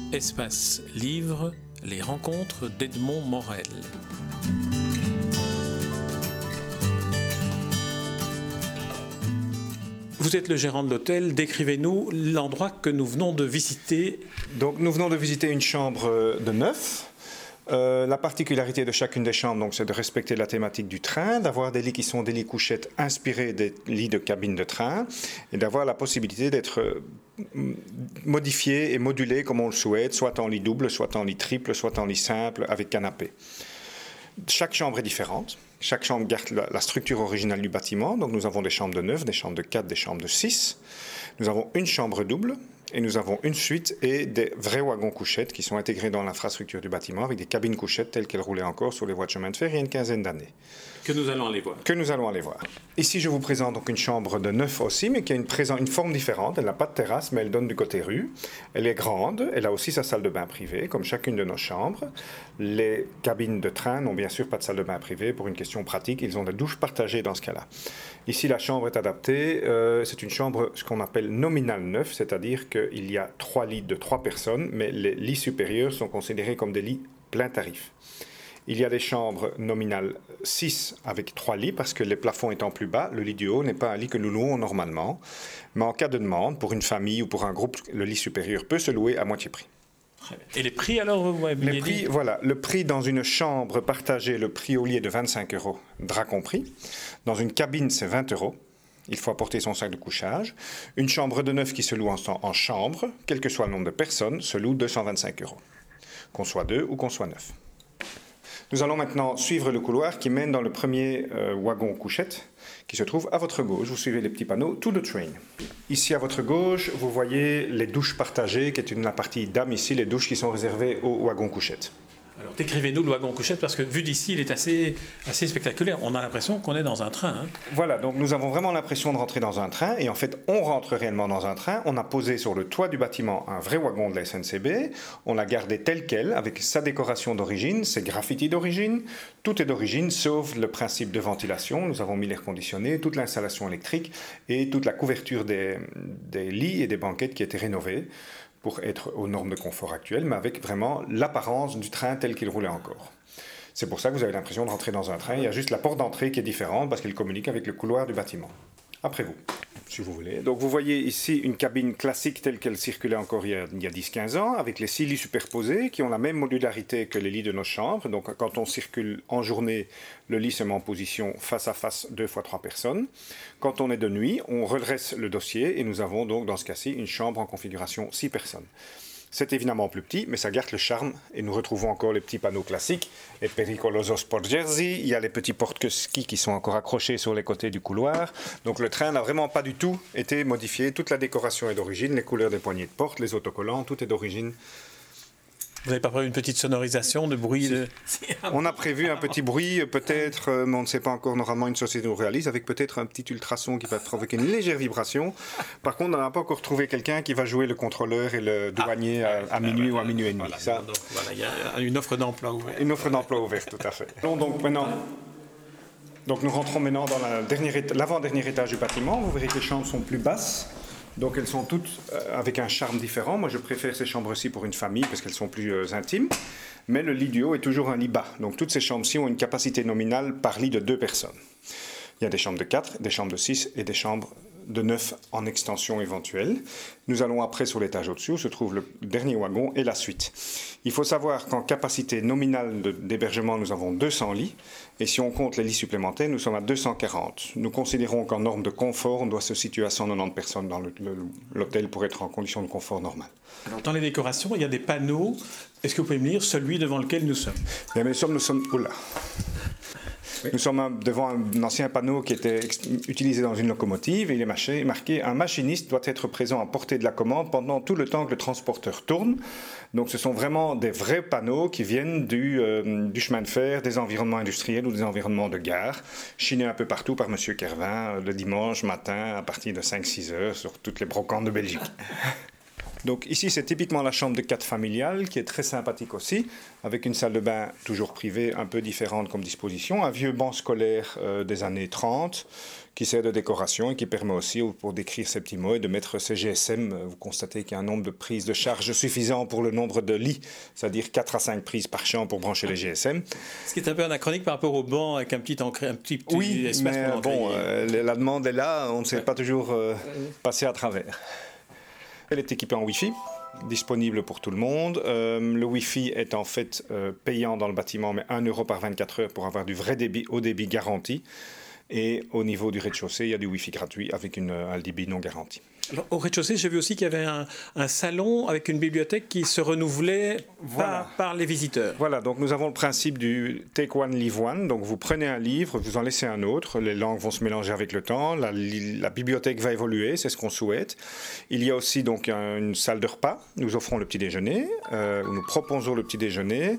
Espace Livre, les rencontres d'Edmond Morel. Vous êtes le gérant de l'hôtel, décrivez-nous l'endroit que nous venons de visiter. Donc nous venons de visiter une chambre de 9. La particularité de chacune des chambres, donc, c'est de respecter la thématique du train, d'avoir des lits qui sont des lits couchettes inspirés des lits de cabine de train et d'avoir la possibilité d'être modifiés et modulés comme on le souhaite, soit en lit double, soit en lit triple, soit en lit simple avec canapé. Chaque chambre est différente. Chaque chambre garde la structure originale du bâtiment. Donc nous avons des chambres de 9, des chambres de 4, des chambres de 6. Nous avons une chambre double et nous avons une suite et des vrais wagons couchettes qui sont intégrés dans l'infrastructure du bâtiment avec des cabines couchettes telles qu'elles roulaient encore sur les voies de chemin de fer il y a une quinzaine d'années. Que nous allons aller voir. Ici, je vous présente donc une chambre de 9 aussi, mais qui a une forme différente. Elle n'a pas de terrasse, mais elle donne du côté rue. Elle est grande. Elle a aussi sa salle de bain privée, comme chacune de nos chambres. Les cabines de train n'ont bien sûr pas de salle de bain privée pour une question pratique. Ils ont des douches partagées dans ce cas-là. Ici, la chambre est adaptée. C'est une chambre, ce qu'on appelle nominal 9, c'est-à-dire qu'il y a 3 lits de 3 personnes, mais les lits supérieurs sont considérés comme des lits plein tarif. Il y a des chambres nominales 6 avec 3 lits parce que les plafonds étant plus bas, le lit du haut n'est pas un lit que nous louons normalement. Mais en cas de demande, pour une famille ou pour un groupe, le lit supérieur peut se louer à moitié prix. Et les prix alors le prix dans une chambre partagée, le prix au lit est de 25 €, drap compris. Dans une cabine, c'est 20 €. Il faut apporter son sac de couchage. Une chambre de 9 qui se loue en chambre, quel que soit le nombre de personnes, se loue 225 €. Qu'on soit 2 ou qu'on soit 9. Nous allons maintenant suivre le couloir qui mène dans le premier wagon couchette qui se trouve à votre gauche. Vous suivez les petits panneaux « To the train ». Ici, à votre gauche, vous voyez les douches partagées, qui est la partie dames ici, les douches qui sont réservées aux wagons couchettes. Alors décrivez-nous le wagon couchette parce que vu d'ici, il est assez spectaculaire. On a l'impression qu'on est dans un train. Voilà, donc nous avons vraiment l'impression de rentrer dans un train et en fait, on rentre réellement dans un train. On a posé sur le toit du bâtiment un vrai wagon de la SNCB. On l'a gardé tel quel avec sa décoration d'origine, ses graffitis d'origine. Tout est d'origine sauf le principe de ventilation. Nous avons mis l'air conditionné, toute l'installation électrique et toute la couverture des lits et des banquettes qui étaient rénovées pour être aux normes de confort actuelles, mais avec vraiment l'apparence du train tel qu'il roulait encore. C'est pour ça que vous avez l'impression de rentrer dans un train. Il y a juste la porte d'entrée qui est différente parce qu'elle communique avec le couloir du bâtiment. Après vous, si vous voulez. Donc vous voyez ici une cabine classique telle qu'elle circulait encore il y a 10-15 ans, avec les 6 lits superposés qui ont la même modularité que les lits de nos chambres. Donc quand on circule en journée, le lit se met en position face à face 2 fois 3 personnes. Quand on est de nuit, on redresse le dossier et nous avons donc dans ce cas-ci une chambre en configuration 6 personnes. C'est évidemment plus petit, mais ça garde le charme et nous retrouvons encore les petits panneaux classiques, les pericolosos porgersi, il y a les petits porte-ski qui sont encore accrochés sur les côtés du couloir. Donc le train n'a vraiment pas du tout été modifié, toute la décoration est d'origine, les couleurs des poignées de porte, les autocollants, tout est d'origine. Vous n'avez pas prévu une petite sonorisation de bruit On a prévu un petit bruit, peut-être, mais on ne sait pas encore, normalement une société nous réalise, avec peut-être un petit ultrason qui va provoquer une légère vibration. Par contre, on n'a pas encore trouvé quelqu'un qui va jouer le contrôleur et le douanier à minuit ou à minuit et demi. Voilà, ça. Donc, voilà, il y a une offre d'emploi ouverte. Une offre d'emploi ouverte, tout à fait. Donc nous rentrons maintenant dans l'avant-dernier étage du bâtiment. Vous verrez que les chambres sont plus basses. Donc elles sont toutes avec un charme différent. Moi je préfère ces chambres-ci pour une famille parce qu'elles sont plus intimes. Mais le lit du haut est toujours un lit bas. Donc toutes ces chambres-ci ont une capacité nominale par lit de 2 personnes. Il y a des chambres de 4, des chambres de 6 et des chambres de 9 en extension éventuelle. Nous allons après sur l'étage au-dessus où se trouve le dernier wagon et la suite. Il faut savoir qu'en capacité nominale d'hébergement, nous avons 200 lits. Et si on compte les lits supplémentaires, nous sommes à 240. Nous considérons qu'en norme de confort, on doit se situer à 190 personnes dans l'hôtel pour être en condition de confort normale. Alors, dans les décorations, il y a des panneaux. Est-ce que vous pouvez me dire celui devant lequel nous sommes ? Bien, nous sommes oula. Oui. Nous sommes devant un ancien panneau qui était utilisé dans une locomotive et il est marqué « Un machiniste doit être présent à portée de la commande pendant tout le temps que le transporteur tourne ». Donc ce sont vraiment des vrais panneaux qui viennent du chemin de fer, des environnements industriels ou des environnements de gare, chinés un peu partout par M. Kervin le dimanche matin à partir de 5-6 heures sur toutes les brocantes de Belgique. Donc ici, c'est typiquement la chambre de 4 familiale, qui est très sympathique aussi, avec une salle de bain toujours privée, un peu différente comme disposition, un vieux banc scolaire des années 30, qui sert de décoration et qui permet aussi, pour décrire ces petits mots, et de mettre ces GSM. Vous constatez qu'il y a un nombre de prises de charge suffisant pour le nombre de lits, c'est-à-dire 4 à 5 prises par chambre pour brancher les GSM. Ce qui est un peu anachronique par rapport au banc avec un petit oui, espace mais pour bon, la demande est là, on ne sait pas toujours passer à travers. Elle est équipée en Wi-Fi, disponible pour tout le monde. Le Wi-Fi est en fait payant dans le bâtiment, mais 1 € par 24 heures pour avoir du vrai débit, haut débit garanti. Et au niveau du rez-de-chaussée, il y a du Wi-Fi gratuit avec un débit non garanti. Alors, au rez-de-chaussée, j'ai vu aussi qu'il y avait un salon avec une bibliothèque qui se renouvelait par les visiteurs. Voilà, donc nous avons le principe du take one, leave one. Donc vous prenez un livre, vous en laissez un autre, les langues vont se mélanger avec le temps, la bibliothèque va évoluer, c'est ce qu'on souhaite. Il y a aussi donc une salle de repas, nous offrons le petit déjeuner, nous proposons le petit déjeuner.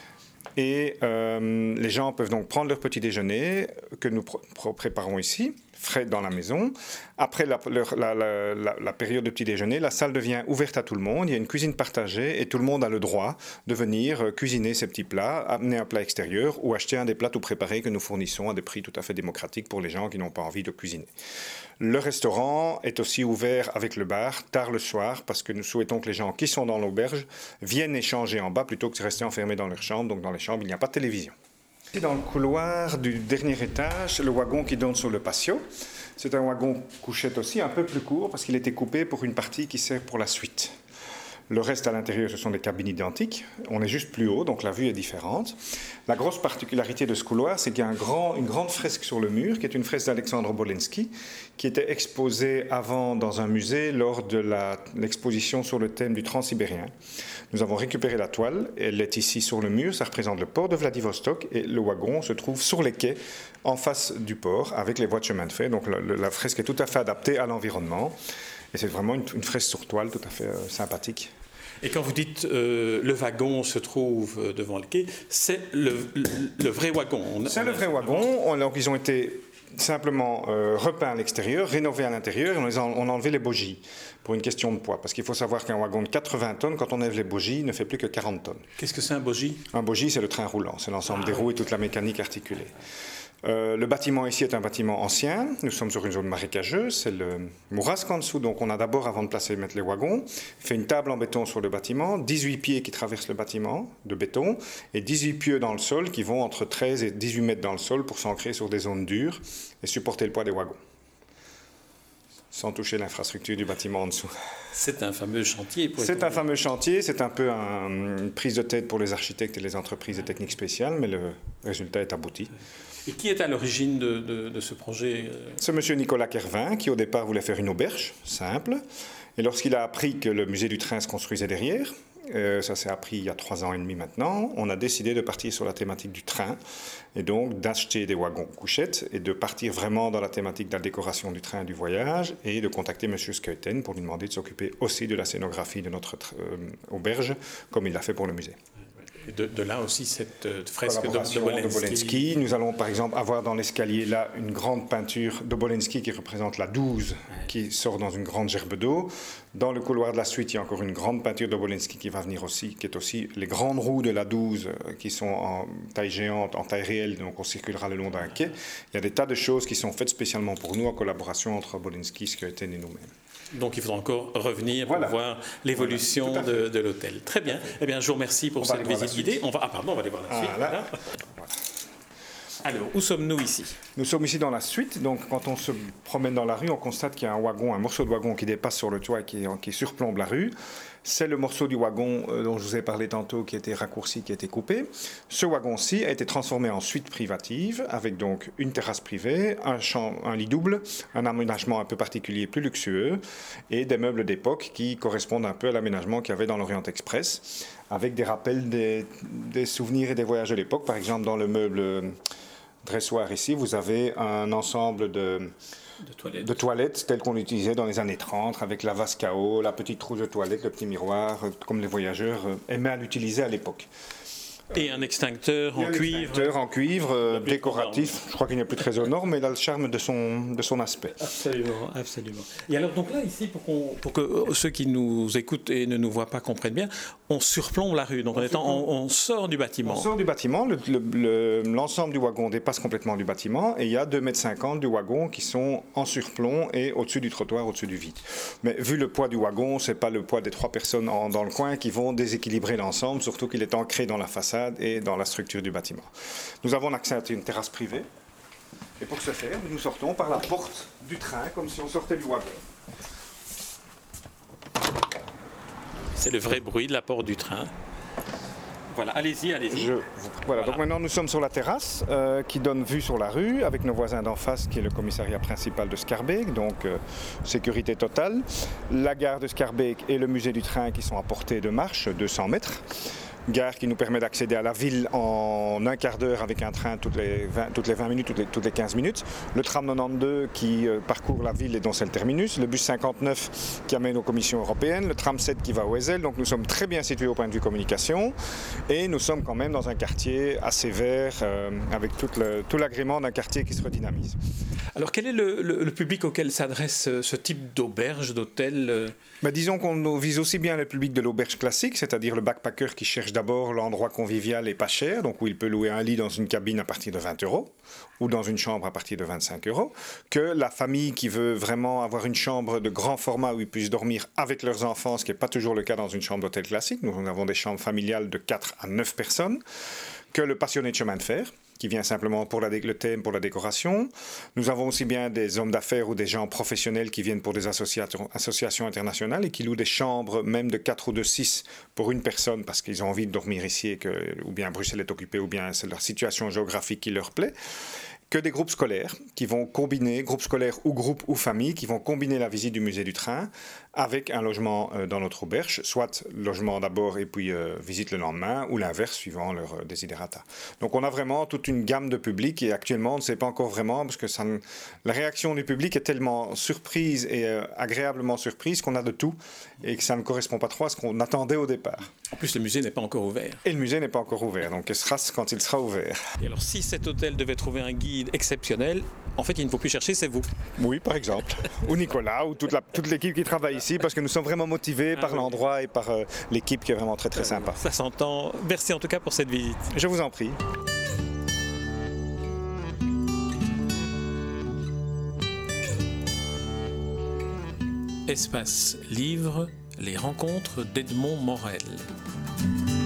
Et les gens peuvent donc prendre leur petit déjeuner que nous préparons ici, frais dans la maison. Après la période de petit déjeuner, la salle devient ouverte à tout le monde. Il y a une cuisine partagée et tout le monde a le droit de venir cuisiner ses petits plats, amener un plat extérieur ou acheter un des plats tout préparés que nous fournissons à des prix tout à fait démocratiques pour les gens qui n'ont pas envie de cuisiner. Le restaurant est aussi ouvert avec le bar tard le soir parce que nous souhaitons que les gens qui sont dans l'auberge viennent échanger en bas plutôt que de rester enfermés dans leur chambre. Donc dans les chambres, il n'y a pas de télévision. Dans le couloir du dernier étage, le wagon qui donne sur le patio. C'est un wagon couchette aussi, un peu plus court parce qu'il a été coupé pour une partie qui sert pour la suite. Le reste à l'intérieur, ce sont des cabines identiques. On est juste plus haut, donc la vue est différente. La grosse particularité de ce couloir, c'est qu'il y a une grande fresque sur le mur, qui est une fresque d'Alexandre Obolensky, qui était exposée avant dans un musée lors de l'exposition sur le thème du Transsibérien. Nous avons récupéré la toile, elle est ici sur le mur, ça représente le port de Vladivostok, et le wagon se trouve sur les quais, en face du port, avec les voies de chemin de fer. Donc la fresque est tout à fait adaptée à l'environnement. Et c'est vraiment une fresque sur toile tout à fait sympathique. Et quand vous dites le wagon se trouve devant le quai, c'est le vrai wagon. C'est le vrai wagon. Donc ils ont été simplement repeints à l'extérieur, rénovés à l'intérieur, et on a enlevé les bogies pour une question de poids. Parce qu'il faut savoir qu'un wagon de 80 tonnes, quand on enlève les bogies, ne fait plus que 40 tonnes. Qu'est-ce que c'est un bogie ? Un bogie, c'est le train roulant. C'est l'ensemble des roues et toute la mécanique articulée. Le bâtiment ici est un bâtiment ancien. Nous sommes sur une zone marécageuse. C'est le Mourasque en dessous. Donc on a d'abord, avant de mettre les wagons, fait une table en béton sur le bâtiment, 18 pieds qui traversent le bâtiment de béton et 18 pieux dans le sol qui vont entre 13 et 18 mètres dans le sol pour s'ancrer sur des zones dures et supporter le poids des wagons, sans toucher l'infrastructure du bâtiment en dessous. C'est un fameux chantier. C'est un fameux chantier, c'est un peu une prise de tête pour les architectes et les entreprises de technique spéciale, mais le résultat est abouti. Et qui est à l'origine de ce projet ? C'est M. Nicolas Kervin, qui au départ voulait faire une auberge, simple. Et lorsqu'il a appris que le musée du train se construisait derrière, ça s'est appris il y a 3 ans et demi maintenant, on a décidé de partir sur la thématique du train, et donc d'acheter des wagons couchettes, et de partir vraiment dans la thématique de la décoration du train et du voyage, et de contacter M. Skeuten pour lui demander de s'occuper aussi de la scénographie de notre auberge, comme il l'a fait pour le musée. Et de là aussi cette fresque d'Obolensky. Nous allons par exemple avoir dans l'escalier là une grande peinture d'Obolensky qui représente la 12 qui sort dans une grande gerbe d'eau. Dans le couloir de la suite, il y a encore une grande peinture d'Obolensky qui va venir aussi, qui est aussi les grandes roues de la 12 qui sont en taille géante, en taille réelle, donc on circulera le long d'un quai. Il y a des tas de choses qui sont faites spécialement pour nous en collaboration entre Obolensky, Skeuten et nous-mêmes. Donc il faudra encore revenir pour voir l'évolution de l'hôtel. Très bien. Eh bien, je vous remercie pour cette visite guidée. On va aller voir la suite. Voilà. Alors, où sommes-nous ici ? Nous sommes ici dans la suite. Donc, quand on se promène dans la rue, on constate qu'il y a un morceau de wagon qui dépasse sur le toit et qui surplombe la rue. C'est le morceau du wagon dont je vous ai parlé tantôt qui a été raccourci, qui a été coupé. Ce wagon-ci a été transformé en suite privative avec donc une terrasse privée, un lit double, un aménagement un peu particulier, plus luxueux et des meubles d'époque qui correspondent un peu à l'aménagement qu'il y avait dans l'Orient Express avec des rappels des souvenirs et des voyages de l'époque. Par exemple, dans le meuble dressoir ici, vous avez un ensemble de toilettes telles qu'on l'utilisait dans les années 30 avec la vase KO, la petite trousse de toilette, le petit miroir, comme les voyageurs aimaient à l'utiliser à l'époque. Et un extincteur en cuivre. Un extincteur en cuivre, décoratif. Je crois qu'il n'est plus très aux normes, mais il a le charme de son aspect. Absolument, absolument. Et alors, donc là, ici, pour que ceux qui nous écoutent et ne nous voient pas comprennent bien, on surplombe la rue. Donc, on sort du bâtiment. On sort du bâtiment. L'ensemble du wagon dépasse complètement du bâtiment. Et il y a 2,50 m du wagon qui sont en surplomb et au-dessus du trottoir, au-dessus du vide. Mais vu le poids du wagon, ce n'est pas le poids des 3 personnes dans le coin qui vont déséquilibrer l'ensemble, surtout qu'il est ancré dans la façade et dans la structure du bâtiment. Nous avons accès à une terrasse privée. Et pour ce faire, nous sortons par la porte du train, comme si on sortait du wagon. C'est le vrai bruit de la porte du train. Voilà, allez-y. Voilà, donc maintenant nous sommes sur la terrasse qui donne vue sur la rue avec nos voisins d'en face qui est le commissariat principal de Schaerbeek, donc sécurité totale. La gare de Schaerbeek et le musée du train qui sont à portée de marche, 200 mètres. Gare qui nous permet d'accéder à la ville en un quart d'heure avec un train toutes les 20 minutes, toutes les 15 minutes. Le tram 92 qui parcourt la ville et dont c'est le terminus. Le bus 59 qui amène aux commissions européennes. Le tram 7 qui va au Wesel. Donc nous sommes très bien situés au point de vue communication. Et nous sommes quand même dans un quartier assez vert avec tout l'agrément d'un quartier qui se redynamise. Alors quel est le public auquel s'adresse ce type d'auberge, d'hôtel Disons qu'on vise aussi bien le public de l'auberge classique, c'est-à-dire le backpacker qui cherche d'abord l'endroit convivial et pas cher, donc où il peut louer un lit dans une cabine à partir de 20 € ou dans une chambre à partir de 25 €, que la famille qui veut vraiment avoir une chambre de grand format où ils puissent dormir avec leurs enfants, ce qui n'est pas toujours le cas dans une chambre d'hôtel classique. Nous avons des chambres familiales de 4 à 9 personnes, que le passionné de chemin de fer, qui vient simplement pour le thème, pour la décoration. Nous avons aussi bien des hommes d'affaires ou des gens professionnels qui viennent pour des associations internationales et qui louent des chambres même de 4 ou de 6 pour une personne parce qu'ils ont envie de dormir ici ou bien Bruxelles est occupée ou bien c'est leur situation géographique qui leur plaît. Que des groupes scolaires qui vont combiner, groupes scolaires ou groupes ou familles, qui vont combiner la visite du musée du train avec un logement dans notre auberge, soit logement d'abord et puis visite le lendemain, ou l'inverse suivant leur desiderata. Donc on a vraiment toute une gamme de publics et actuellement on ne sait pas encore vraiment parce que la réaction du public est tellement surprise et agréablement surprise qu'on a de tout et que ça ne correspond pas trop à ce qu'on attendait au départ. En plus le musée n'est pas encore ouvert. Et le musée n'est pas encore ouvert, donc ce sera quand il sera ouvert. Et alors si cet hôtel devait trouver un guide exceptionnel, en fait il ne faut plus chercher, c'est vous. Oui, par exemple. Ou Nicolas, ou toute l'équipe qui travaille ici, parce que nous sommes vraiment motivés par l'endroit et par l'équipe qui est vraiment très très sympa. Ça s'entend. Merci en tout cas pour cette visite. Je vous en prie. Espace Livre, les rencontres d'Edmond Morel.